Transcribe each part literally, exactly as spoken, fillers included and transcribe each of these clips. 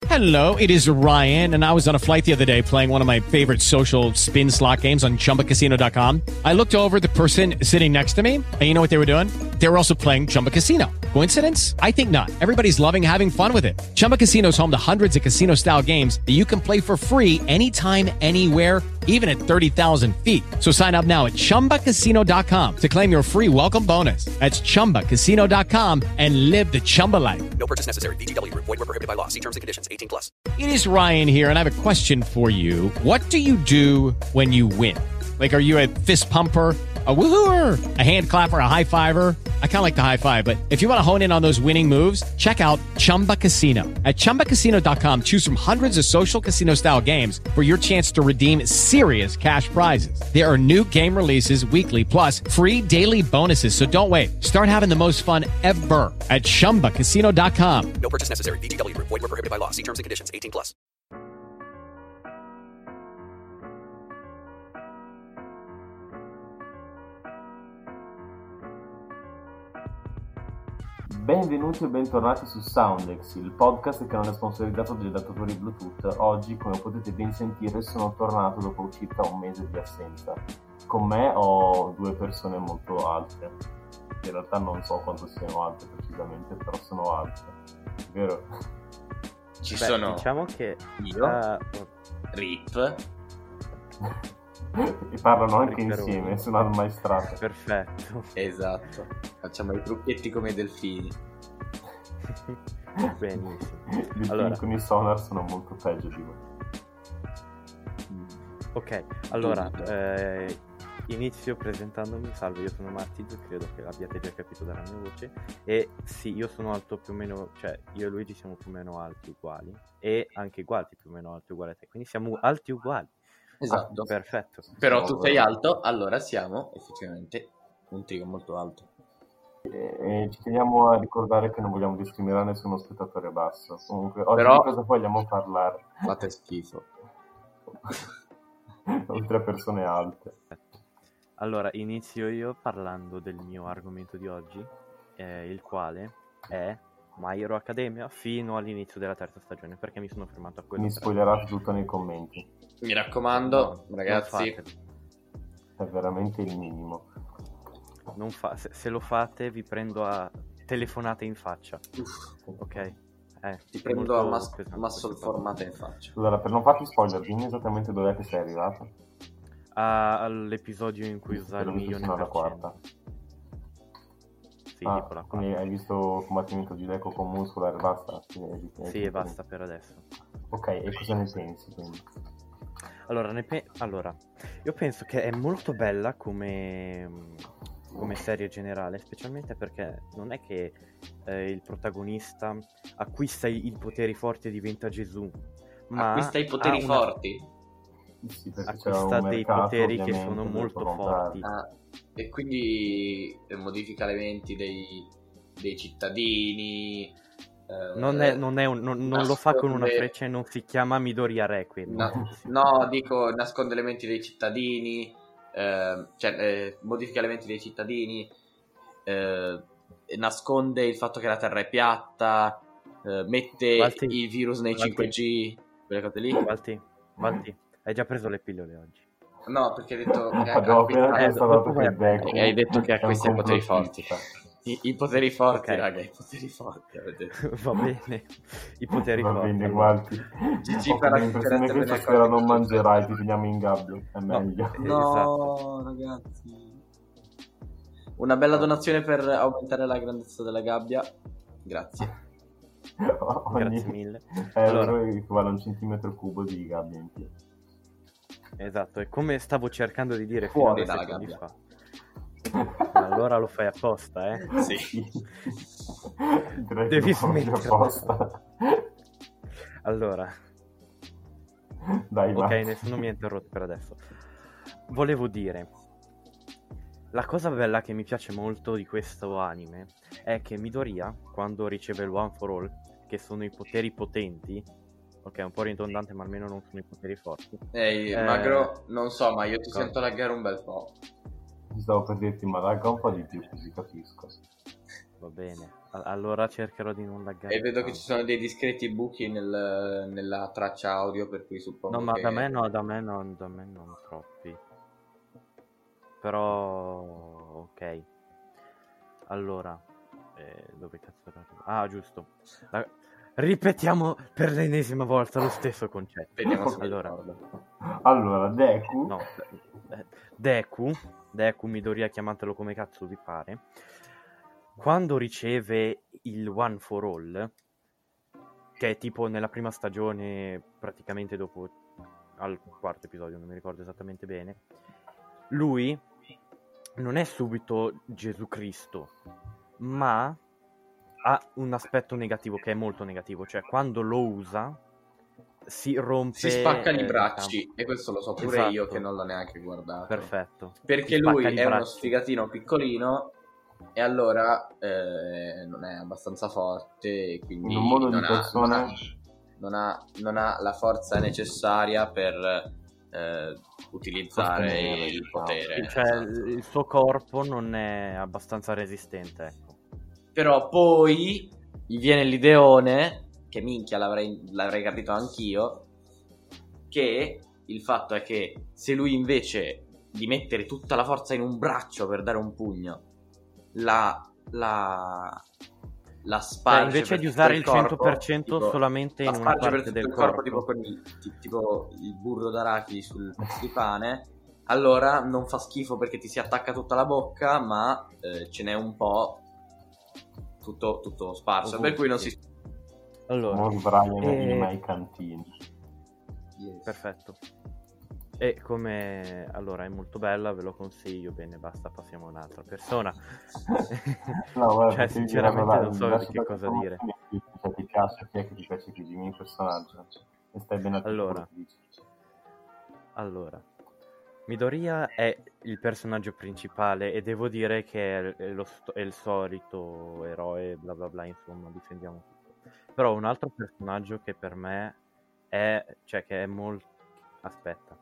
Hello, it is Ryan, and I was on a flight the other day playing one of my favorite social spin slot games on Chumba Casino dot com. I looked over at the person sitting next to me, and you know what they were doing? They were also playing Chumba Casino. Coincidence? I think not. Everybody's loving having fun with it. Chumba Casino is home to hundreds of casino-style games that you can play for free anytime, anywhere, even at thirty thousand feet. So sign up now at Chumba Casino dot com to claim your free welcome bonus. That's Chumba Casino dot com and live the Chumba life. No purchase necessary. V G W. Void where prohibited by law. See terms and conditions. eighteen plus. It is Ryan here, and I have a question for you. What do you do when you win? Like, are you a fist pumper, a woohooer, a hand clapper, a high fiver? I kind of like the high five, but if you want to hone in on those winning moves, check out Chumba Casino. At Chumba Casino dot com, choose from hundreds of social casino-style games for your chance to redeem serious cash prizes. There are new game releases weekly, plus free daily bonuses, so don't wait. Start having the most fun ever at Chumba Casino dot com. No purchase necessary. V G W. Void where prohibited by law. See terms and conditions. eighteen plus. Benvenuti e bentornati su Soundex, il podcast che non è sponsorizzato dagli adattatori Bluetooth. Oggi, come potete ben sentire, sono tornato dopo circa un mese di assenza. Con me ho due persone molto alte. In realtà non so quanto siano alte precisamente, però sono alte. Vero? Ci Beh, sono diciamo che io, uh, Rip, E parlano anche Ripperoni. insieme, sono ammaestrate. perfetto. esatto, facciamo i trucchetti come i delfini. Benissimo. I Allora. film con i sonar sono molto peggio di voi. Ok, allora eh, inizio presentandomi. Salve, io sono Martiz, credo che l'abbiate già capito dalla mia voce. E sì, io sono alto più o meno, cioè io e Luigi siamo più o meno alti uguali. E anche Gualti più o meno alti uguali a te. Quindi siamo alti uguali. Esatto. Ah, perfetto. Però tu sei alto, allora siamo effettivamente un trio molto alto. E, e ci teniamo a ricordare che non vogliamo discriminare nessuno spettatore basso. Comunque, oggi Però- di cosa vogliamo parlare? Fate schifo. Oltre a persone alte. Allora, inizio io parlando del mio argomento di oggi, eh, il quale è My Hero Academia fino all'inizio della terza stagione, perché mi sono fermato a quello. Quindi spoilerate tutto nei commenti. Mi raccomando, No, ragazzi, non fatelo. È veramente il minimo. Non fa- se, se lo fate vi prendo a telefonate in faccia, ok? Eh, ti prendo molto a mas- pesante masso questa cosa. formata in faccia. Allora, per non farti spoiler, dimmi esattamente dov'è che sei arrivato. Ah, all'episodio in cui usa Che il l'ho visto milione fino alla per cento. quarta. Sì, Ah, tipo la quindi quarta. hai visto combattimento di Deco con Muscular e basta? Quindi hai- Sì, e basta per adesso. Ok, e cosa ne pensi quindi? Allora, ne pe- allora, io penso che è molto bella come, come serie generale, specialmente perché non è che eh, il protagonista acquista i, i poteri forti e diventa Gesù, ma Acquista i poteri ha una- forti. Sì, perché c'è acquista un dei mercato, poteri che ovviamente, sono del molto volontario. forti. Ah, e quindi eh, modifica le menti dei, dei cittadini. eh, Non, è, non, è un- non- non lo fa con una nasconde- freccia e non si chiama Midoriya Re, quindi. No, no, dico, nasconde le menti dei cittadini, eh, cioè eh, modifica le menti dei cittadini, eh, nasconde il fatto che la Terra è piatta, eh, mette Valti, i virus nei Valti. cinque G, quelle cose lì. Valti, Valti, hai già preso le pillole oggi? No, perché hai detto che Abbiamo appena acquista- eh, constatato dopo che vai- Deco e hai detto che è un acquista i poteri forti. complottista. I, i poteri forti, Ok. raga, i poteri forti. Avete... Va bene, i poteri Va forti. bene, allora. guardi. Gigi Ho farà l'impressione conferenza che per le stasera cose non che mangerai, succedono. ti teniamo in gabbia, è meglio. No, Esatto. ragazzi. Una bella donazione per aumentare la grandezza della gabbia. Grazie. Ogni Grazie mille. euro Allora. equivale a un centimetro cubo di gabbia in più. Esatto, è come stavo cercando di dire fino a Fuori due dalla secondi gabbia. fa. Ma allora lo fai apposta, eh? Sì. Direi Devi che lo voglio smetterla. apposta. Allora, Dai, ok, vai. nessuno mi ha interrotto per adesso. Volevo dire, la cosa bella che mi piace molto di questo anime è che Midoriya, quando riceve il One for All, che sono i poteri potenti, ok, è un po' ridondante, ma almeno non sono i poteri forti. Ehi, Eh, Magro, non so, ma io ti cosa? sento laggare un bel po'. Stavo per dirti, ma lagga un po' di più così capisco. Va bene, A- allora cercherò di non laggare. E vedo che tanto. ci sono dei discreti buchi nel- nella traccia audio, per cui suppongo No, ma che... da me no, da me no, da me non troppi. Però, ok. Allora, eh, dove cazzo era? Ah, giusto. La- Ripetiamo per l'ennesima volta lo stesso concetto. Vediamo se mi Allora, ricordo. Allora, Deku. no, eh, Deku, Deku Midoriya, chiamatelo come cazzo vi pare, quando riceve il One for All, che è tipo nella prima stagione, praticamente dopo al quarto episodio, non mi ricordo esattamente bene, lui non è subito Gesù Cristo, ma ha un aspetto negativo che è molto negativo, cioè quando lo usa si rompe, Si spaccano eh, i bracci, diciamo- e questo lo so pure Esatto. io che non l'ho neanche guardato. Perfetto. Perché Si lui spaccano i è uno bracci. sfigatino piccolino e allora eh, non è abbastanza forte, e quindi In un modo non di ha, persone- non, ha, non, ha, non ha la forza necessaria per eh, utilizzare Sostenere, il diciamo. potere. Cioè esatto. il il suo corpo non è abbastanza resistente, ecco. Però poi gli viene l'ideone, che minchia l'avrei, l'avrei capito anch'io, che il fatto è che se lui invece di mettere tutta la forza in un braccio per dare un pugno, la, la, la Cioè, sparge invece per di tutto usare il il corpo, cento per cento tipo, solamente la in una sparge per parte tutto del il corpo, corpo. tipo con il, ti- tipo il burro d'arachidi sul pezzo di pane, allora non fa schifo perché ti si attacca tutta la bocca, ma eh, ce n'è un po' tutto, tutto sparso, Ovunque. per cui non si... Allora, Mos Brian eh, in mai cantini. perfetto. E come allora è molto bella, ve lo consiglio. Bene, basta, passiamo a un'altra persona. No, guarda, Cioè, potevi sinceramente dire, non so lascia di che queste cosa dire. informazioni, se ti piace, chi è che ti piace più di me il personaggio e stai bene attento a Allora. quello che dici. Allora, Midoriya è il personaggio principale e devo dire che è, lo sto- è il solito eroe, bla bla bla, insomma, difendiamo tutto. Però un altro personaggio che per me è, cioè che è molto... Aspetta.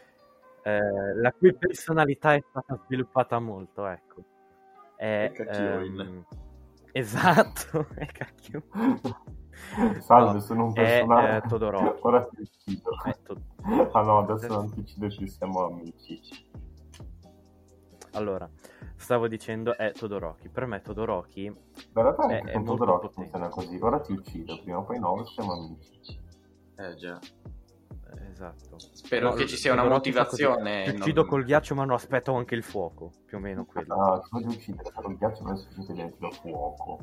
Eh, la cui personalità è stata sviluppata molto, ecco. È, È Kakyoin. ehm, esatto, è Kakyoin. Salve, No, sono un è, personaggio. eh, Todoroki. Ora ti uccido. È To- Ah no, adesso non ti uccido, ci siamo amici. Allora, stavo dicendo è Todoroki. Per me Todoroki In realtà È- anche è con molto Todoroki potente. funziona così. Ora ti uccido, prima o poi no, siamo amici. Eh già. esatto. Spero No, che ci sia una Todoroki fa così. motivazione. Ti non- uccido col ghiaccio ma non aspetto anche il fuoco, più o meno quello. No, ti voglio uccidere, però il ghiaccio non è sufficientemente da fuoco.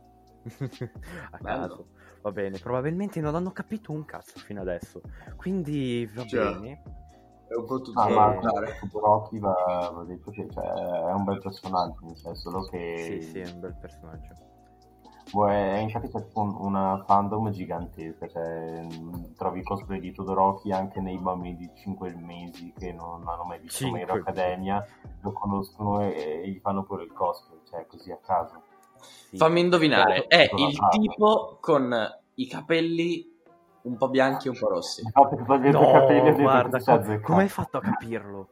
A Bello. caso. Va bene, probabilmente non hanno capito un cazzo fino adesso. Quindi va Già. bene. È un po' tutto Ah, Eh, ma da anche Todoroki va, va detto che cioè, è un bel personaggio, nel senso solo che Sì, sì, è un bel personaggio. boh, è, infatti c'è tipo un- una fandom gigantesca, cioè mh, trovi cosplay di Todoroki anche nei bambini di cinque mesi che non hanno mai visto My Hero Cinque. Academia, lo conoscono e, e gli fanno pure il cosplay, cioè così a caso. Sì. Fammi indovinare, Eh, è sono il bravo. tipo con i capelli un po' bianchi e un po' rossi. Infatti che togliete i capelli e No, dentro guarda, che si co- azzecca. come hai fatto a capirlo?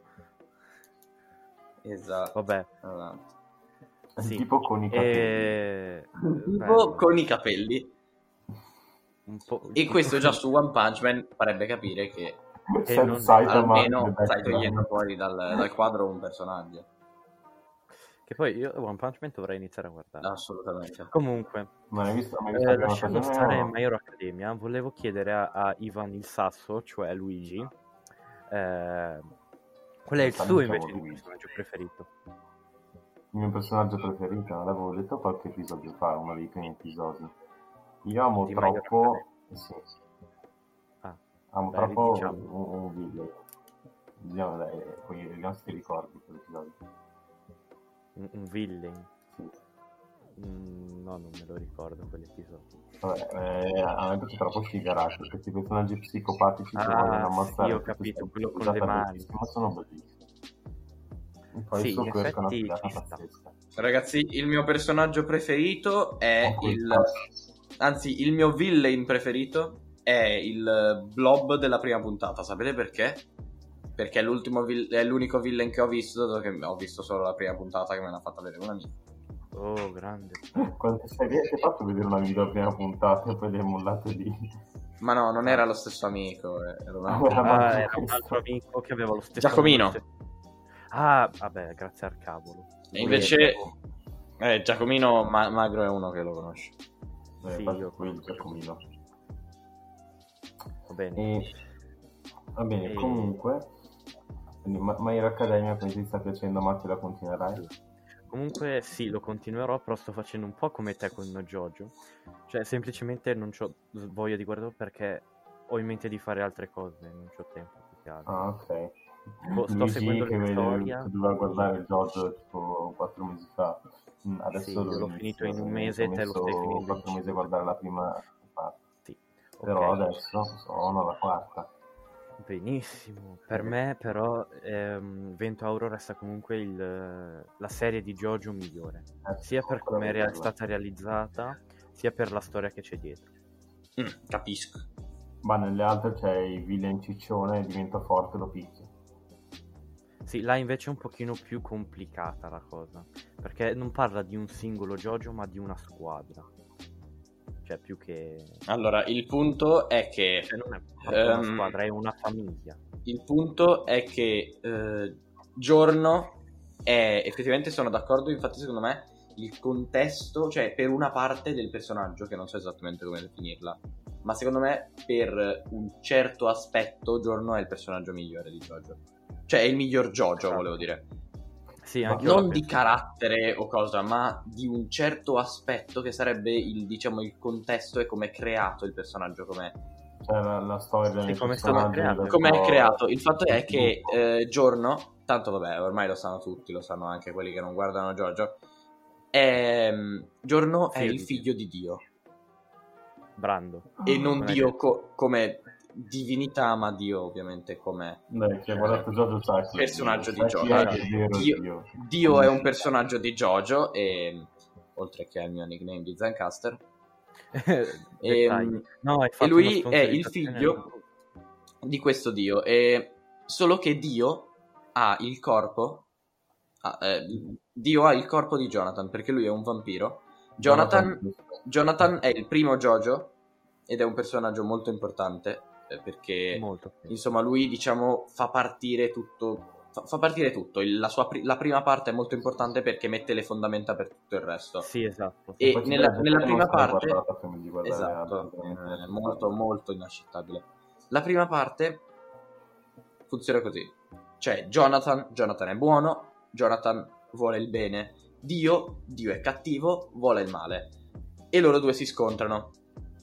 Esatto. Vabbè, Esatto. È sì. tipo con i capelli. E... Un tipo bello. con i capelli. Un po'... E questo già su One Punch Man farebbe capire che che Sen non- Saitama almeno in the stai background. togliendo fuori dal, dal quadro un personaggio. Che poi io One Punch Man dovrei iniziare a guardare. Assolutamente. Comunque, Non hai visto, mai visto la eh, prima lasciando stagione, stare o no? My Hero Academia, volevo chiedere a, a Ivan il Sasso, cioè Luigi, eh, qual è il Sta suo dicendo invece di Luigi. personaggio preferito? Il mio personaggio preferito, non l'avevo detto qualche episodio fa, uno dei primi episodi. Io amo Di My Hero troppo, Academia. sì, Ah, amo Dai, troppo diciamo. un, un video. Diciamo, dai, poi vediamo se ti ricordi quell'episodio. un, un villain? Sì. Mm, no, non me lo ricordo quell'episodio. Vabbè, eh, a me piace troppo Shigaraki, questi personaggi psicopatici che Ah, vogliono sì, ammazzare ho tutti capito, questi- quello con scusate, le mani. bellissimo, sono bellissimi. E poi Sì, il suo in quirk è una effetti figata ci sta. pazzesca. Ragazzi, il mio personaggio preferito è Con quel il... cazzo. Anzi, il mio villain preferito è il Blob della prima puntata. Sapete perché? Perché è, l'ultimo vill- è l'unico villain che ho visto, dato che ho visto solo la prima puntata che me l'ha fatta vedere una amica. Oh, grande. Quante serie hai fatto vedere un amico la prima puntata e poi le hai mollate lì? Ma no, non era lo stesso amico, eh, era un altro. Ah, ma Ah, era un questo- altro amico che aveva lo stesso Giacomino. lo stesso- Ah, vabbè, grazie al cavolo. E invece eh, Giacomino Ma- Magro è uno che lo conosce. Eh, Sì, infatti io qui il conosco Giacomino. Va bene. E... Va bene, E- comunque, quindi Ma- My Hero Academia, come ti sta piacendo, ma te la continuerai? Comunque sì, lo continuerò, però sto facendo un po' come te con JoJo. Cioè, semplicemente non c'ho voglia di guardarlo perché ho in mente di fare altre cose, non c'ho tempo più che altro. Ah, ok. Boh, sto Luigi seguendo che la vede- storia. che doveva guardare il JoJo tipo quattro mesi fa. Mm, Adesso Sì, lo l'ho inizio, finito in un mi mese, sono te lo stai messo finendo in quattro mesi a cinque. guardare la prima parte. Sì, Però ok. adesso sono alla quarta. Benissimo. Per me, però, ehm, Vento Auro resta comunque il, la serie di JoJo migliore. Eh, Sia per quella come è bella. stata realizzata, sia per la storia che c'è dietro. Mm, capisco. Ma nelle altre c'è il villain ciccione, diventa forte, lo picchia. Sì, là invece è un pochino più complicata la cosa, perché non parla di un singolo JoJo, ma di una squadra. Cioè, più che... Allora, il punto è che Cioè, non è proprio una Ehm, squadra, è una famiglia. il punto è che eh, Giorno è effettivamente sono d'accordo, infatti secondo me il contesto, cioè per una parte del personaggio, che non so esattamente come definirla, ma secondo me per un certo aspetto Giorno è il personaggio migliore di JoJo. Cioè è il miglior JoJo, Esatto. volevo dire. Sì, Ma anche io la Non di penso. carattere o cosa, ma di un certo aspetto che sarebbe il, diciamo, il contesto e come è creato il personaggio, com'è. Cioè la, la storia Sì, dei come è stato personaggi, creato. del Come è po'- creato? Il fatto è del che gruppo. eh, Giorno, tanto vabbè, ormai lo sanno tutti, lo sanno anche quelli che non guardano JoJo, è, Giorno è Figlio il di figlio di Dio. Brando. E non Non è Dio detto. co- come divinità, ma Dio ovviamente come Dai, chi ha guardato JoJo sa chi- personaggio di sa chi JoJo. è Allora, che è vero Dio, Dio. Dio è un personaggio di JoJo, e, oltre che al mio nickname di Zencaster. Dettagli. No, hai E fatto lui una è il sponsorizzazione- figlio di questo Dio, e solo che Dio ha il corpo ha, eh, Dio ha il corpo di Jonathan, perché lui è un vampiro. Jonathan, Jonathan è il primo JoJo ed è un personaggio molto importante, eh, perché Molto. insomma lui, diciamo, fa partire tutto fa, fa partire tutto. Il- la, sua pri- la prima parte è molto importante perché mette le fondamenta per tutto il resto. Sì, esatto. E Poi ci nella, deve- nella non prima se l'hai parte guardata prima di guardare le esatto, altre, veramente è inaccettabile. molto molto inaccettabile. La prima parte funziona così, cioè Jonathan Jonathan è buono, Jonathan vuole il bene, Dio Dio è cattivo, vuole il male, e loro due si scontrano.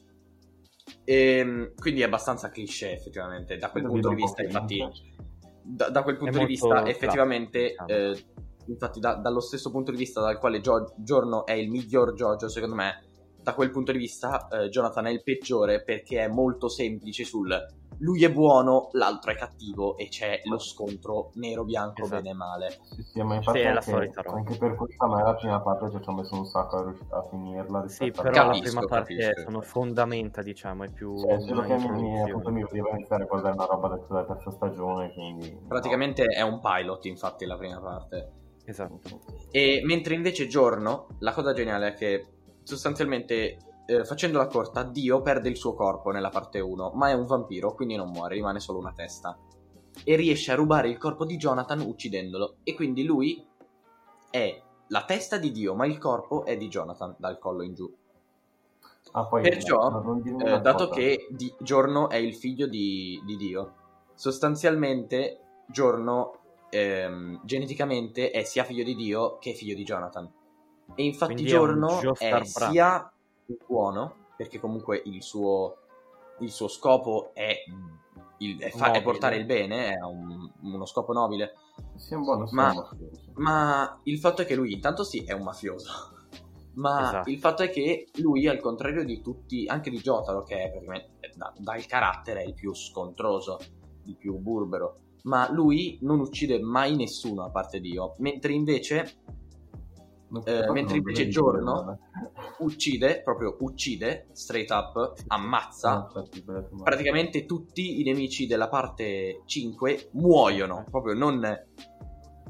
E quindi è abbastanza cliché effettivamente da quel Lo punto vedo di un po' vista, cringe. infatti da, da quel punto di molto vista classico, effettivamente diciamo. eh, infatti da- dallo stesso punto di vista dal quale Gio- Giorno è il miglior JoJo, secondo me da quel punto di vista eh, Jonathan è il peggiore, perché è molto semplice sul lui è buono, l'altro è cattivo, e c'è lo scontro nero-bianco, Esatto. bene e male. Sì, sì, ma infatti Sì, è la anche, solita roba. anche per questo a me la prima parte cioè, ci ho messo un sacco a, riusci- a finirla. Sì, rispetto però alla- la Capisco, prima parte capisco. sono fondamenta, diciamo, è più Cioè, solo una che mi, mi, introduzione. appunto, mi poteva iniziare a guardare una roba da della terza stagione, quindi... Praticamente è un pilot, infatti, la prima parte. Esatto. E mentre invece Giorno, la cosa geniale è che sostanzialmente, eh, facendola corta, Dio perde il suo corpo nella parte uno, ma è un vampiro, quindi non muore, rimane solo una testa. E riesce a rubare il corpo di Jonathan uccidendolo. E quindi lui è la testa di Dio, ma il corpo è di Jonathan, dal collo in giù. Ah, poi, Perciò, no, non dirmi eh, una dato cosa. che di- Giorno è il figlio di, di Dio, sostanzialmente Giorno ehm, geneticamente è sia figlio diDio che figlio di Jonathan. E infatti Quindi è un Giorno Joestar è Brand. sia buono, perché comunque il suo, il suo scopo è, il- è, fa- è Nobile. portare il bene, è un- uno scopo nobile. Sia un buono, sia Ma- un mafioso. Ma il fatto è che lui, intanto sì, è un mafioso. Ma Esatto. il fatto è che lui, al contrario di tutti, anche di Jotaro, che è praticamente da- dal carattere è il più scontroso, il più burbero, ma lui non uccide mai nessuno a parte Dio, mentre invece Non- eh, non mentre invece dovevi Giorno dirmelo. uccide, proprio uccide, straight up, ammazza. Ah, infatti, beh, ma- Praticamente tutti i nemici della parte cinque muoiono, proprio non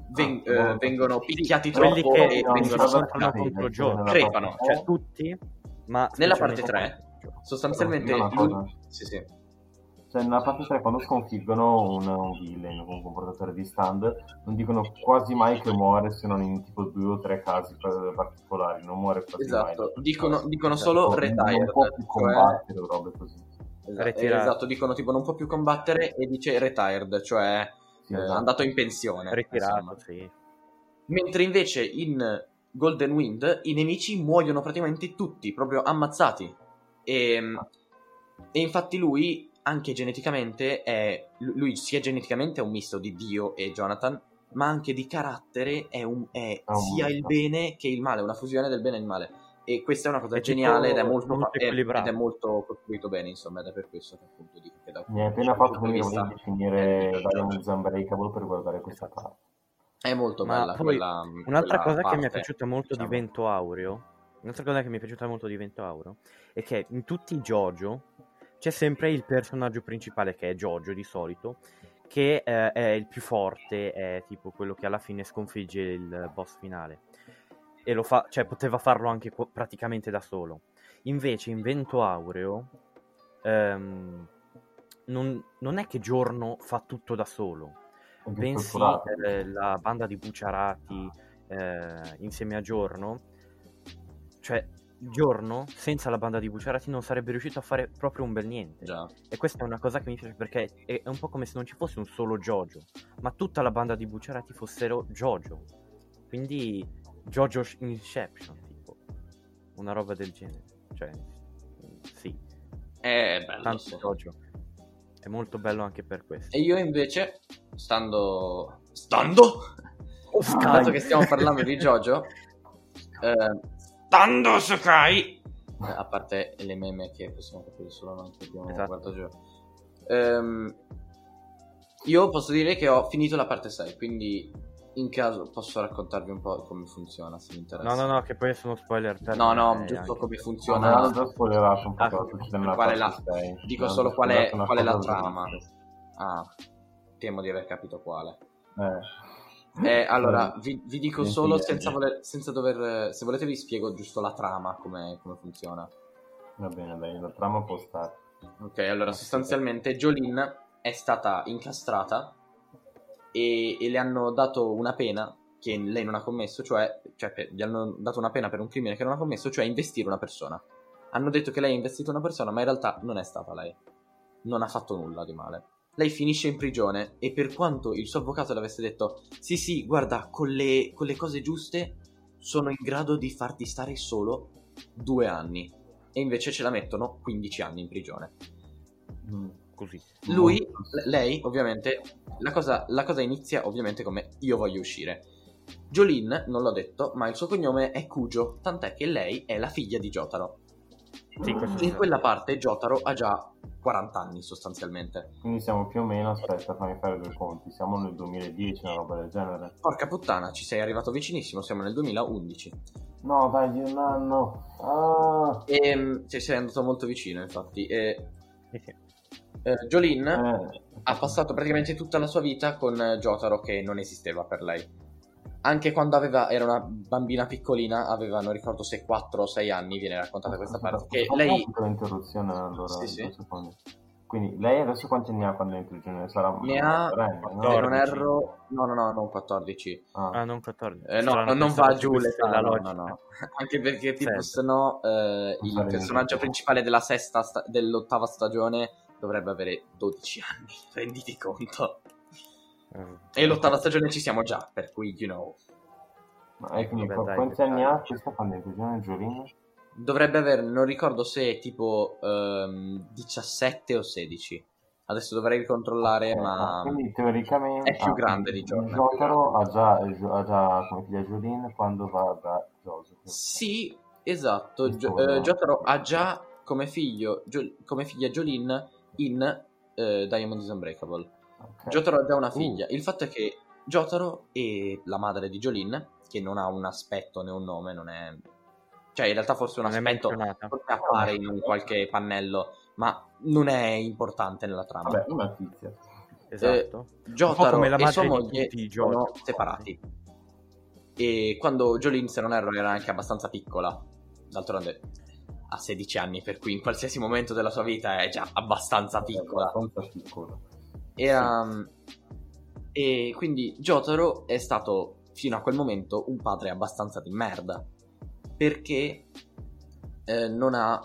ven- Ah, eh, vengono picchiati quelli troppo che e no, vengono no, sono stroncati. contro Giorgio, crepano, cioè tutti, ma Nella parte specialmente tre sostanzialmente Posso dire una lui... cosa? Sì, sì. Cioè, nella parte tre, quando sconfiggono un, un villain con un comportatore di stand, non dicono quasi mai che muore, se non in tipo due o tre casi particolari. Non muore quasi Esatto, mai. dicono, dicono Cioè, solo non- retired, Non può più cioè... combattere o robe così. Esatto, Ritirato. esatto, dicono tipo non può più combattere e dice retired, cioè Sì, eh, esatto. andato in pensione. ritirato, insomma. sì. Mentre invece in Golden Wind i nemici muoiono praticamente tutti, proprio ammazzati. E, e infatti lui, anche geneticamente, è, lui sia geneticamente è un misto di Dio e Jonathan, ma anche di carattere è, un, è È un sia il misto. bene che il male, una fusione del bene e il male. E questa è una cosa È geniale tipo ed è molto, molto fa- è- ed equilibrato. è molto costruito bene, insomma, ed è per questo che appunto dico che da Mi hai appena da fatto questo punto di venire voglia vista di finire è Diamonds Unbreakable per guardare questa parte. è molto Ma bella poi quella, un'altra quella cosa che mi è parte, piaciuta molto diciamo. di Vento Aureo, un'altra cosa che mi è piaciuta molto di Vento Aureo è che in tutti i JoJo c'è sempre il personaggio principale, che è Jojo di solito, che eh, è il più forte, è tipo quello che alla fine sconfigge il boss finale, e lo fa, cioè poteva farlo anche qu- praticamente da solo. Invece in Vento Aureo ehm, non, non è che Giorno fa tutto da solo, È più bensì strutturato. eh, la banda di Bucciarati eh, insieme a Giorno, cioè Giorno senza la banda di Bucciarati non sarebbe riuscito a fare proprio un bel niente. Già. E questa è una cosa che mi piace, perché è, è un po' come se non ci fosse un solo Jojo, ma tutta la banda di Bucciarati fossero Jojo. Quindi Jojo Inception, tipo una roba del genere. Cioè, sì, È bello, tanto sì. Jojo. È molto bello anche per questo. E io invece, stando... Stando? Dato che stiamo parlando di JoJo, eh, stando Sakai, eh, a parte le meme che possiamo capire solo noi che abbiamo Esatto. guardato JoJo, ehm, io posso dire che ho finito la parte sei, quindi in caso posso raccontarvi un po' come funziona, se vi interessa. No, no, no, che poi sono spoiler per No, me, no, eh, giusto anche. come No, funziona. me l'hanno già spoilerato un po' Ah, cosa succede nella qual è parte la- sei. dico Mi hanno solo già qual è, spoilerato una qual è la cosa trama. orribile. Ah, temo di aver capito quale. Eh. Eh, allora, vi, vi dico Sì, solo sì, senza, eh. voler, senza dover... Se volete vi spiego giusto la trama, come, come funziona. Va bene, dai, la trama può stare. Ok, allora sostanzialmente Jolene è stata incastrata e, e le hanno dato una pena che lei non ha commesso, cioè, cioè per- gli hanno dato una pena per un crimine che non ha commesso, cioè investire una persona. Hanno detto che lei ha investito una persona, ma in realtà non è stata lei. Non ha fatto nulla di male. Lei finisce in prigione e per quanto il suo avvocato le avesse detto sì sì, guarda, con le, con le cose giuste sono in grado di farti stare solo due anni. E invece ce la mettono quindici anni in prigione. Mm. Così. Lui, Molto. l- lei, ovviamente, la cosa, la cosa inizia ovviamente come io voglio uscire. Jolene, non l'ho detto, ma il suo cognome è Kujo, tant'è che lei è la figlia di Jotaro. Sì, questo In sì. quella parte Jotaro ha già quaranta anni sostanzialmente. Quindi siamo più o meno, aspetta, fammi fare due conti, siamo nel duemiladieci, una roba del genere. Porca puttana, ci sei arrivato vicinissimo, siamo nel duemilaundici. No, dai, di un anno. Ah. E ci sei andato molto vicino, infatti. E, Sì, sì. eh, Jolene Eh. ha passato praticamente tutta la sua vita con eh, Jotaro, che non esisteva per lei. Anche quando aveva, era una bambina piccolina, aveva, non ricordo se quattro o sei anni, viene raccontata questa parte, che Facciamo lei una interruzione allora, Sì, sì. due secondi. Quindi lei adesso quanti anni ha quando è in prigione? Sarà ne ha, minorenne, no? se non quattordici. erro, no no no, non quattordici. Ah. Ah, non quattordici. Eh, no, Strano, non, non pensavo va giù fosse l'età, la no, logica. no, no. Anche perché tipo Sette. se no eh, il sarebbe personaggio troppo. principale della sesta sta- dell'ottava stagione dovrebbe avere dodici anni, renditi conto. Eh, E l'ottava stagione ci siamo già, per cui you know. Ma e quindi Vabbè, qu- dai, quanti dettagli. anni ha questa quando è in prigione, Jolene? Dovrebbe avere, non ricordo se tipo ehm, diciassette o sedici. Adesso dovrei ricontrollare, Ok, ma quindi teoricamente è più ah, grande di Jordan. Jotaro ha già, ha già come figlia Jolene quando va da Joseph. sì, esatto. Questo Gio- volevo- eh, Jotaro ha già come figlio Gio- come figlia Jolene in eh, Diamond is Unbreakable. Ok. Jotaro ha già una Uh. figlia. Il fatto è che Jotaro e la madre di Jolene, che non ha un aspetto né un nome, non è... Cioè, in realtà forse un Non è aspetto menzionata. forse appare in un qualche pannello, ma non è importante nella trama. Vabbè, una tizia. Esatto. Eh, Jotaro come la e sua madre di moglie tutti i sono Jotaro. separati. E quando Jolene, se non erro, era anche abbastanza piccola, d'altronde ha sedici anni, per cui in qualsiasi momento della sua vita è già abbastanza piccola. Abbastanza piccola. Era... E quindi Jotaro è stato, fino a quel momento, un padre abbastanza di merda, perché eh, non ha...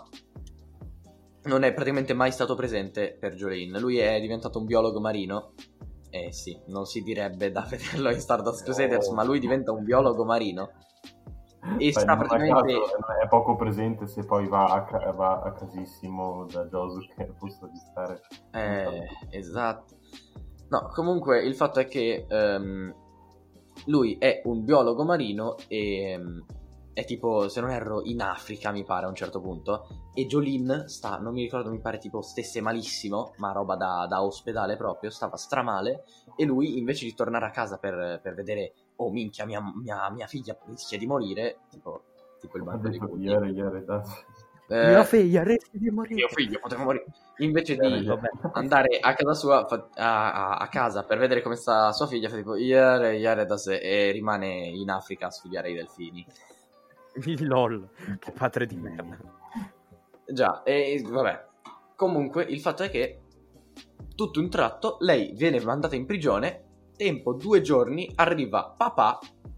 non è praticamente mai stato presente per Jolene. Lui è diventato un biologo marino. Eh sì, non si direbbe da vederlo in Stardust Crusaders, Oh. ma lui diventa un biologo marino. E Sai, sta non a praticamente... caso è poco presente se poi va a, ca- va a casissimo da Josuke al posto di stare... Eh, esatto. No, comunque il fatto è che ehm, lui è un biologo marino e ehm, è tipo, se non erro, in Africa, mi pare, a un certo punto. E Jolene sta, non mi ricordo, mi pare tipo stesse malissimo, ma roba da, da ospedale proprio, stava stramale. E lui, invece di tornare a casa per, per vedere, oh minchia, mia, mia, mia figlia rischia di morire, tipo, tipo il Ha banco di detto Cudi. ieri, ieri, dai. Eh, Mia figlia rischia di morire. mio figlio poteva morire. Invece di Ieri, vabbè. andare a casa sua, fa- a, a- a casa per vedere come sta sua figlia, fa tipo ieri, ieri da sé, e rimane in Africa a studiare i delfini. Il LOL, che padre di merda. Già, e vabbè. Comunque, il fatto è che tutto un tratto lei viene mandata in prigione. Tempo due giorni, arriva papà.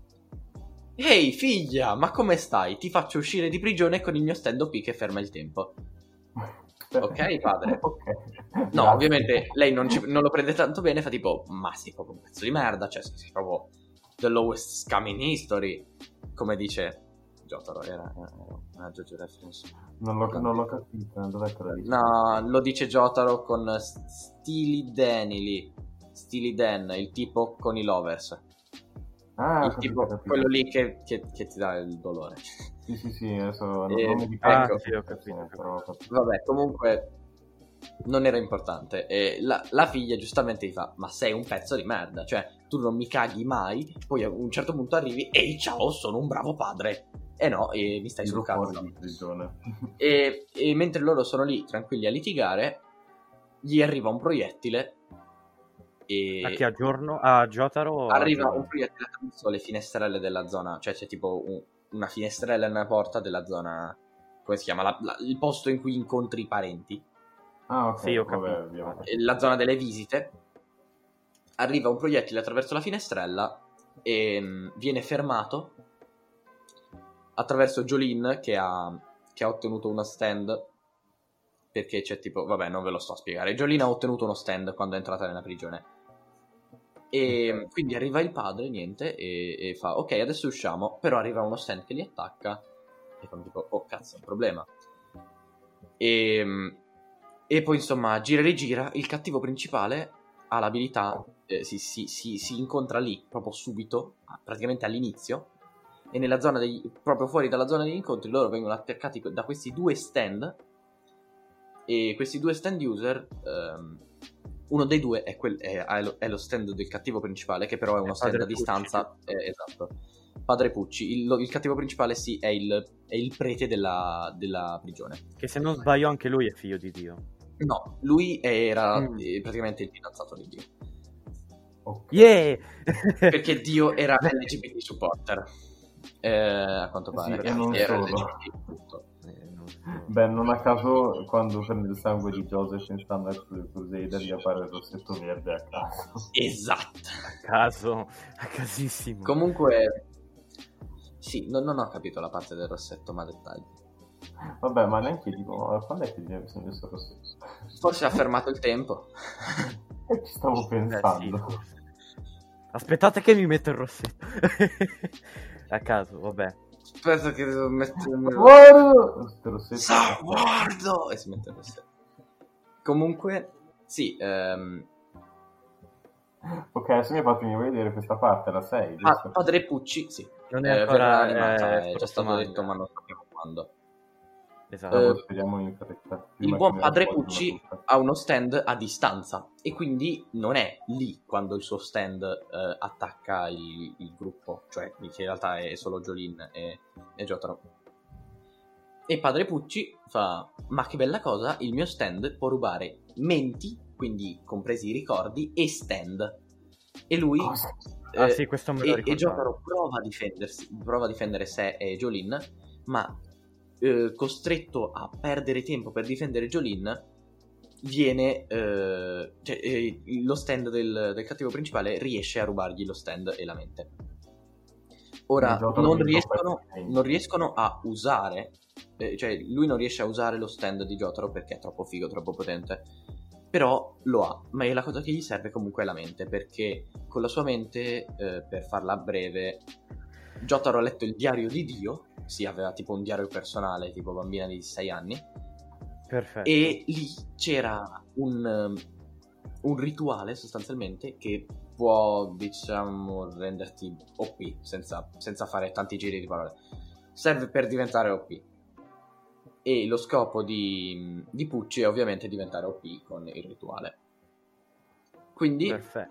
Ehi figlia, ma come stai? Ti faccio uscire di prigione con il mio stand qui che ferma il tempo. Ok, padre. Ok. No, Grazie. ovviamente lei non, ci- non lo prende tanto bene, fa tipo, ma sei proprio un pezzo di merda, cioè sei proprio the lowest scum in history, come dice Jotaro, era, era una JoJo reference. Non l'ho, non l'ho capito, dov'è che lo dici? No, lo dice Jotaro con Steely Dan lì, Steely Dan, il tipo con i lovers, Ah, ho il capito, tipo, ho capito. quello lì che, che, che ti dà il dolore. Sì, sì, sì, adesso non, Eh, non mi ricordo. ecco. Sì, ho capito. Però ho capito. Vabbè, comunque non era importante. E la, la figlia giustamente gli fa: ma sei un pezzo di merda, cioè tu non mi caghi mai. Poi a un certo punto arrivi, ehi ciao, sono un bravo padre. E no, e mi stai sul Tiro fuori cazzo. di prigione. E, e mentre loro sono lì tranquilli a litigare, gli arriva un proiettile. E A chi a giorno? A Jotaro? o a arriva giorno? un proiettile attraverso le finestrelle della zona. Cioè c'è tipo un- una finestrella e una porta della zona. Come si chiama? La- la- il posto in cui incontri i parenti. Ah, ok, Sì, ho vabbè, capito. abbiamo capito. Eh, la zona delle visite. Arriva un proiettile attraverso la finestrella e mh, viene fermato attraverso Jolene che ha, che ha ottenuto uno stand, perché c'è tipo, vabbè, non ve lo sto a spiegare. Jolene ha ottenuto uno stand quando è entrata nella prigione e mh, quindi arriva il padre, niente, e, e fa ok, adesso usciamo, però arriva uno stand che li attacca e fanno tipo oh cazzo, è un problema. E mh, E poi insomma gira e rigira, il cattivo principale ha l'abilità, eh, si, si, si, si incontra lì proprio subito, praticamente all'inizio, e nella zona dei, proprio fuori dalla zona degli incontri loro vengono attaccati da questi due stand, e questi due stand user, ehm, uno dei due è, quel, è, è lo, è lo stand del cattivo principale, che però è uno È stand Padre a distanza, eh, esatto, Padre Pucci, il, il cattivo principale sì è il, è il prete della, della prigione. Che se non sbaglio anche lui è figlio di Dio. No, lui era Mm. eh, praticamente il fidanzato di Dio. Ok. Yeah! Perché Dio era L G B T supporter. Eh, a quanto Sì, pare. e non era solo. L G B T, tutto. Eh, non so. Beh, non a caso quando prende il sangue di Joseph in Standard Crusader gli appare il rossetto verde a caso. Esatto. A caso, a casissimo. Comunque, sì, non, non ho capito la parte del rossetto, ma dettagli. Vabbè, ma neanche dico, ma quando è che gli è messo il rossetto? Forse ha fermato il tempo. E ci stavo Eh, sì, pensando. forse. Aspettate che mi metto il rossetto. A caso, vabbè. Aspetta che devo mettermi il Guarda! Questo rossetto. Sa, guardo! E si mette il rossetto. Comunque, sì, ehm, Ok, adesso mi ha fatto venire a vedere questa parte, la sei, ah, giusto? Padre Pucci, sì. Non è Eh, ancora verrà animata, eh, è già stato manga. detto, ma non sappiamo quando. Esatto. Dopo eh, speriamo in fretta. Il prima buon che Padre me la spoglino Pucci tutta. ha uno stand a distanza e quindi non è lì quando il suo stand eh, attacca il, il gruppo, cioè che in realtà è solo Jolene e, e Jotaro. E Padre Pucci fa: ma che bella cosa, il mio stand può rubare menti quindi compresi i ricordi, e stand. E lui Cosa? eh, Ah sì, questo me lo e, e ricordavo. Jotaro prova a difendersi, prova a difendere sé e Jolene, ma eh, costretto a perdere tempo per difendere Jolene, viene eh, cioè, eh, lo stand del, del cattivo principale riesce a rubargli lo stand e la mente. Ora Jotaro non vince un riescono, pezzo di legno. non riescono a usare eh, cioè lui non riesce a usare lo stand di Jotaro perché è troppo figo, troppo potente, però lo ha, ma la cosa che gli serve comunque è la mente, perché con la sua mente, eh, per farla breve, Jotaro ha letto il diario di Dio, sì, aveva tipo un diario personale tipo bambina di sei anni, Perfetto. e lì c'era un, um, un rituale sostanzialmente che può, diciamo, renderti O P senza, senza fare tanti giri di parole. Serve per diventare O P. E lo scopo di, di Pucci è ovviamente diventare O P con il rituale. Quindi, Perfetto.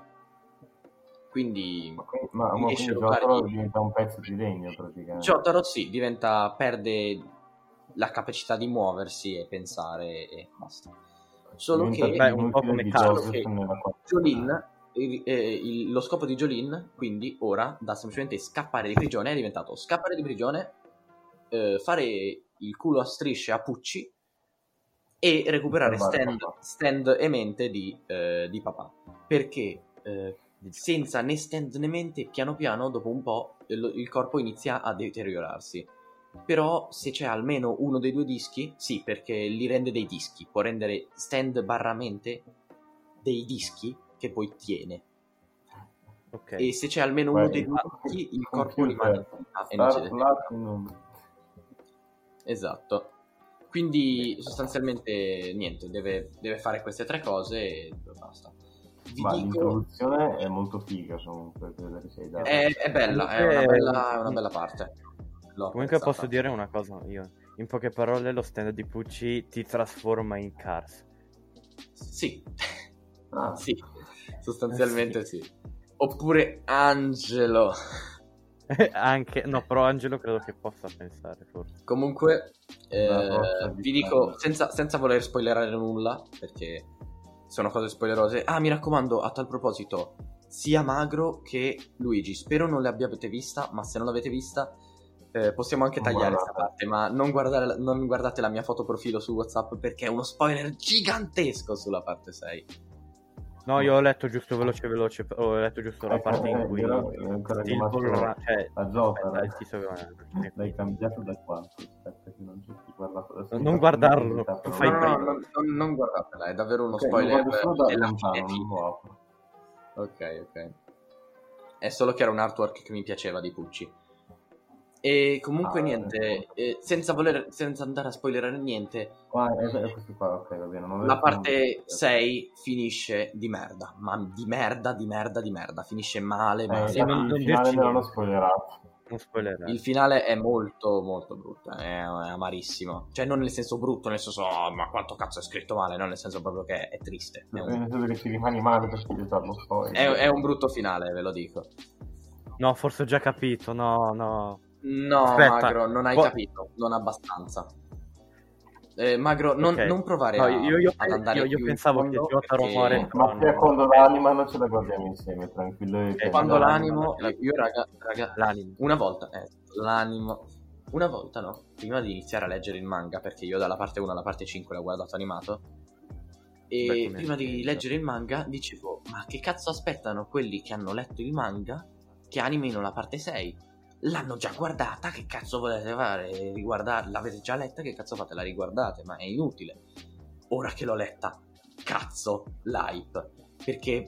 quindi Ma, quindi- ma, ma riesce quindi a rubare Jotaro di- diventa un pezzo di legno praticamente. Jotaro sì, diventa, perde la capacità di muoversi e pensare e basta. Solo Diventa che più Beh, un po' inutile come di Carlos, Joseph che nella quarta. Jolene, il, eh, il- lo scopo di Jolene, quindi ora, da semplicemente scappare di prigione, è diventato scappare di prigione, eh, fare il culo a strisce a Pucci e recuperare Salvare stand, papà. stand e mente di, eh, di papà. Perché eh, senza né stand né mente, piano piano, dopo un po', il, il corpo inizia a deteriorarsi. Però se c'è almeno uno dei due dischi, sì, perché li rende dei dischi, può rendere stand barra mente dei dischi che poi tiene. Ok. E se c'è almeno uno Beh, dei il due co- dischi, il il corpo computer rimane in vita e non si Star deteriora. Platinum. Esatto. Quindi sostanzialmente niente, deve, deve fare queste tre cose e basta. Vi Ma dico, l'introduzione è molto figa comunque, quella che sei data. è, è bella, è una bella, è una bella parte. L'ho Comunque apprezzata. posso dire una cosa io. In poche parole, lo stand di Pucci ti trasforma in Cars. Sì, Ah, sì, sostanzialmente sì. Oppure Angelo. Anche no, però Angelo credo che possa pensare forse. Comunque, eh, Una roccia di vi dico, sangue. senza, senza voler spoilerare nulla, perché sono cose spoilerose. Ah, mi raccomando, a tal proposito, sia Magro che Luigi, spero non le abbiate vista, ma se non l'avete vista, eh, possiamo anche Non tagliare guardate. questa parte, ma non, guardare, non guardate la mia foto profilo su WhatsApp perché è uno spoiler gigantesco sulla parte sei. No, io ho letto giusto veloce veloce, ho letto giusto la Eh, parte eh, in cui io ero ancora il rimasto Bullrun- cioè, a Jotaro. aspetta, il titolo- L'hai cambiato da quanto? Aspetta che non ci ho più guardato. Adesso Non mi guardarlo, faccio tu una fai No, visita, no, però- no, non, non, non guardatela, è davvero uno Ok, lo spoiler guardo solo da della lontano, fine non fine. lo apro. Ok, ok. È solo che era un artwork che mi piaceva di Pucci. E comunque Ah, niente, eh, senza voler, senza andare a spoilerare niente, Ah, è, è questo qua, ok, va bene. Non la avevo- parte sei finisce di merda, ma di merda, di merda, di merda, finisce male, Eh, male. sì, infatti non- il non finale dirci me l'hanno niente. spoilerato. Non spoilerare. Il finale è molto, molto brutto, è, è amarissimo. Cioè non nel senso brutto, nel senso, oh, ma quanto cazzo è scritto male, no, nel senso proprio che è triste. È un, Nel senso che ci rimani male per spiegarlo spoiler. è- è un brutto finale, ve lo dico. No, forse ho già capito, no, no. No, Aspetta, Magro, non hai po- capito, non abbastanza. Eh, Magro, non, Ok. non provare No, a, io, io, ad andare io, io più in pensavo che fondo, Jotaro perché muore, Ma però che no. quando l'anima non ce la guardiamo insieme, tranquillo. Eh, che quando l'anima- l'animo, io raga, raga, L'animo. una volta, eh, l'animo, una volta no, prima di iniziare a leggere il manga, perché io dalla parte uno alla parte cinque l'ho guardato animato, e Beh, come prima di sempre. leggere il manga dicevo, ma che cazzo aspettano quelli che hanno letto il manga che animino la parte sei? L'hanno già guardata, che cazzo volete fare? Riguardare, l'avete già letta, che cazzo fate? La riguardate, ma è inutile. Ora che l'ho letta, cazzo, l'hype, perché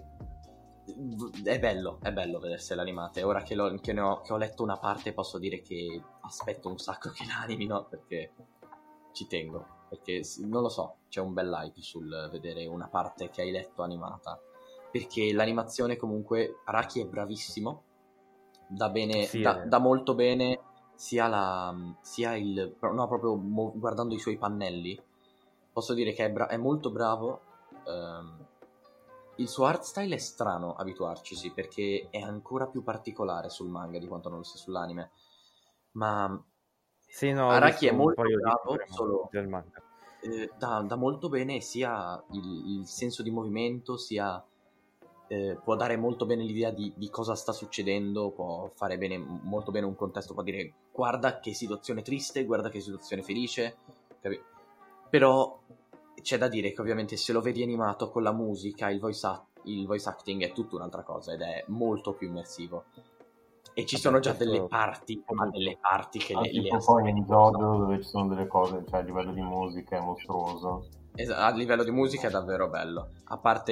è bello, è bello vedersela animate. Ora che, l'ho, che, ne ho, che ho letto una parte posso dire che aspetto un sacco che l'animino, perché ci tengo, perché non lo so, c'è un bel hype sul vedere una parte che hai letto animata, perché l'animazione comunque, Araki è bravissimo, dà bene, Sì, dà, è- dà molto bene sia la sia il no proprio mo- guardando i suoi pannelli posso dire che è, bra- è molto bravo. ehm, il suo art style è strano abituarcisi perché è ancora più particolare sul manga di quanto non lo sia sull'anime, ma Sì, no, ho Araki visto è un molto paio di bravo, figure solo del manga. eh, dà, dà molto bene sia il, il senso di movimento, sia eh, può dare molto bene l'idea di, di cosa sta succedendo, può fare bene, molto bene un contesto, può dire guarda che situazione triste, guarda che situazione felice, capi? Però c'è da dire che ovviamente se lo vedi animato con la musica, il voice, act- il voice acting è tutta un'altra cosa ed è molto più immersivo. E ci sono già delle parti, ma delle parti che ah, le, tipo le poi in Jojo dove ci sono delle cose, cioè a livello di musica è mostruoso. Es- a livello di musica è davvero bello. A parte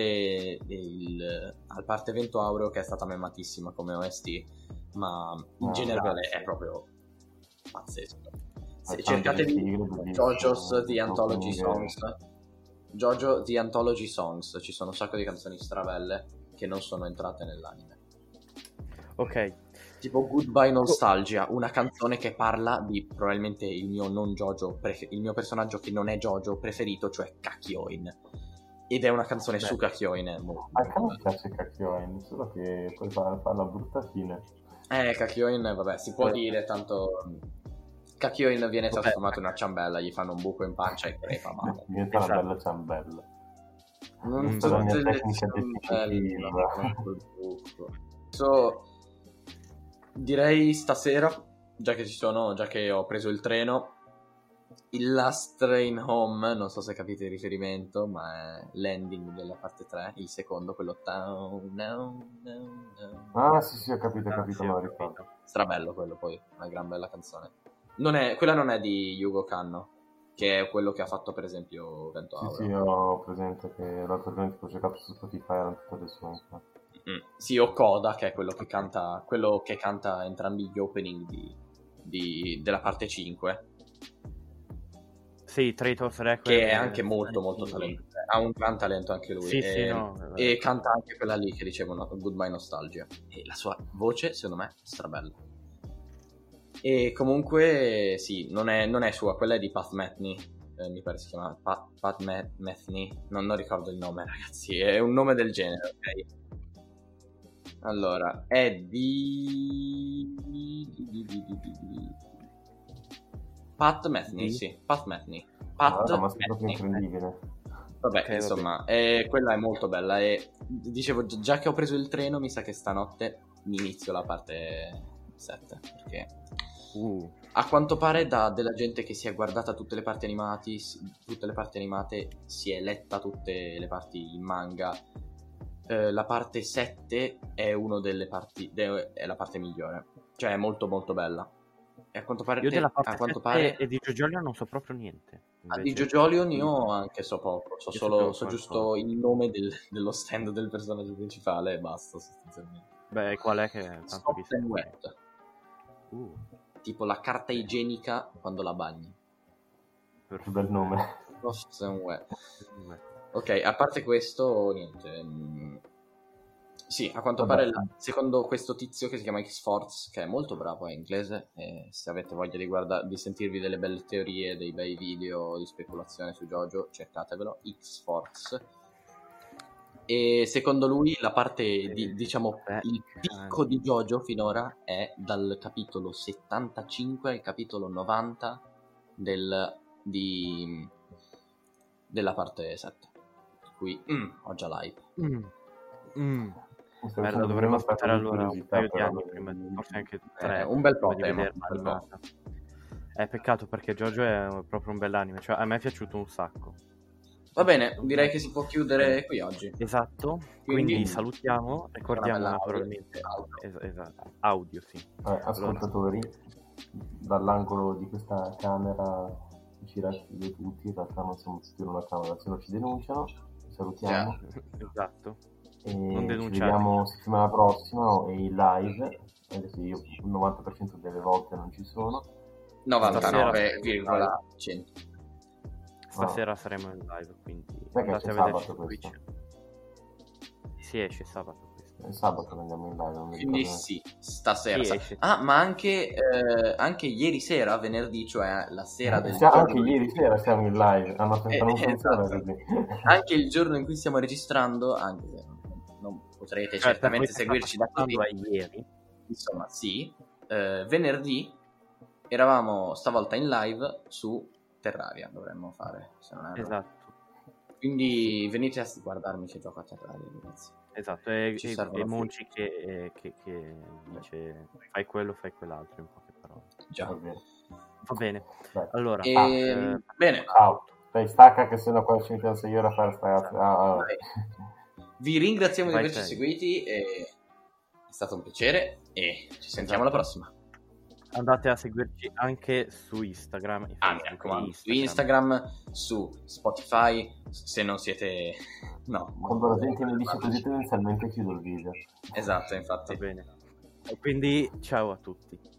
il a parte Vento Aureo, che è stata mematissima come O S T, ma in Ah, generale ragazzi. è proprio pazzesco. Se Tanti cercatevi sigle bellissime, JoJo's The Anthology opening. Songs, JoJo The Anthology Songs, ci sono un sacco di canzoni strabelle che non sono entrate nell'anime. Ok, Tipo Goodbye Nostalgia, una canzone che parla di probabilmente il mio non Jojo, prefe- il mio personaggio che non è Jojo preferito, cioè Kakyoin. Ed è una canzone Beh. su Kakyoin. È molto, Anche a me molto piace Kakyoin, solo che poi fa, fa una brutta fine. bella. Eh, Kakyoin, vabbè, si può Eh. dire, tanto Kakyoin viene Vabbè. trasformato in una ciambella, gli fanno un buco in pancia e crepa male. Diventa una Esatto. bella ciambella. Non Mm, tutte la mia le tecnica ciambelle definitiva. fanno quel buco. So, direi stasera, già che ci sono, già che ho preso il treno, il Last Train Home, non so se capite il riferimento, ma è l'ending della parte tre, il secondo, quello town, no, no, no. Ah sì sì, ho capito, ho Ah, capito, sì, me lo ho ricordo. capito. Strabello quello poi, una gran bella canzone. Non è, quella non è di Yugo Kanno, che è quello che ha fatto per esempio Vento Sì Aureo. sì, ho presente che l'altro giorno che ho cercato su Spotify erano tutte le sue. infatti. Mm. Sì, o Koda, che è quello che canta, quello che canta entrambi gli opening di, di- della parte cinque, Sì, Traitors Requiem. che è e- anche molto molto sì. talentoso, ha un gran talento anche lui. Sì, e, sì, no, eh. e canta anche quella lì che dicevano, Goodbye Nostalgia, e la sua voce secondo me è strabella. E comunque sì, non è, non è sua, quella è di Pat Metheny, eh, mi pare si chiama Pat, Pat Me- Metheny, non, non ricordo il nome ragazzi, è un nome del genere, ok? Allora, è di... di- di- di- di- di- di- Pat Metheny, Di? sì, Pat Metheny. Pat Allora, ma sei proprio Metheny. incredibile. Vabbè, Ok, insomma, eh, quella è molto bella e dicevo, gi- già che ho preso il treno, mi sa che stanotte mi inizio la parte sette, perché Uh, a quanto pare da della gente che si è guardata tutte le parti animati, s- tutte le parti animate, si è letta tutte le parti in manga, eh, la parte sette è una delle parti, de- è la parte migliore, cioè è molto molto bella. E a quanto pare, io della parte a quanto sette pare e di JoJo non so proprio niente. ah, di Invece- JoJolion io anche so poco, so Io solo sapevo so qualcosa. giusto il nome del- dello stand del personaggio principale e basta sostanzialmente. Beh, qual è che tanto Soft vi and wet, Uh, tipo la carta igienica quando la bagni. Che bel nome. Soft and wet. Ok, a parte questo, niente. mm, Sì, a quanto Vabbè. pare, la- secondo questo tizio che si chiama X-Force, che è molto bravo, è inglese, e se avete voglia di, guarda- di sentirvi delle belle teorie, dei bei video di speculazione su JoJo, cercatevelo, X-Force. E secondo lui la parte, di, diciamo, Beh, il picco di JoJo finora è dal capitolo settantacinque al capitolo novanta del, di, della parte sette. Qui mm, ho già live. mm, mm. Mi sto Merda, facendo dovremmo una specie aspettare di allora un curiosità, paio di però anni non- prima, forse anche tre, Eh, un bel po' prima di temo, vederla un bel po'. animata. È peccato perché JoJo è proprio un bell'anime, cioè a me è piaciuto un sacco. Va bene, direi che si può chiudere qui oggi. Esatto, quindi, Quindi- salutiamo, ricordiamo Una bella naturalmente audio. es- esatto, audio, sì. Eh, ascoltatori, dall'angolo di questa camera che ci racchiude tutti, in realtà non siamo tutti in una camera, se no ci denunciano. Vi salutiamo Esatto. e non ci denunciate. vediamo settimana prossima e in live, anche se io il novanta per cento delle volte non ci sono. novantanove virgola cento. Stasera saremo in live, quindi che andate c'è a vederci sabato su Twitch. Si esce sabato questo. Il sabato andiamo in live, non mi Quindi ricordo. sì, stasera. Sì, sa- esce. Ah, ma anche, eh, anche ieri sera, venerdì, cioè la sera del Sia- giorno anche in ieri cui- sera siamo in live, ah, no, Eh, non eh, funziona esatto. così. Anche il giorno in cui stiamo registrando, anche se non, non potrete Cioè, certamente per voi che seguirci da state qui, ascoltando è ieri. insomma, sì, eh, venerdì eravamo stavolta in live su Terraria dovremmo fare, se non erro. Esatto, Quindi venite a guardarmi che gioco a Terraria, ragazzi. esatto, è, Ci è, servono è Monci che, che, che dice fai quello, fai quell'altro, in poche parole. Già. Va bene. Va bene, Dai. allora, E... eh, Bene, Ciao. Dai, stacca che sennò qua ci mettiamo sei ore a fare sta cazzo. Ah, ah. Dai. Vi ringraziamo di Vai, averci sei. seguiti, e... è stato un piacere e ci sentiamo alla prossima. andate a seguirci anche su Instagram, e Ah, mi Facebook, raccomando, e su Instagram, su Spotify, se non siete... No. Quando la gente mi dice così tendenzialmente chiudo il video. Esatto, Va infatti. bene. E quindi ciao a tutti.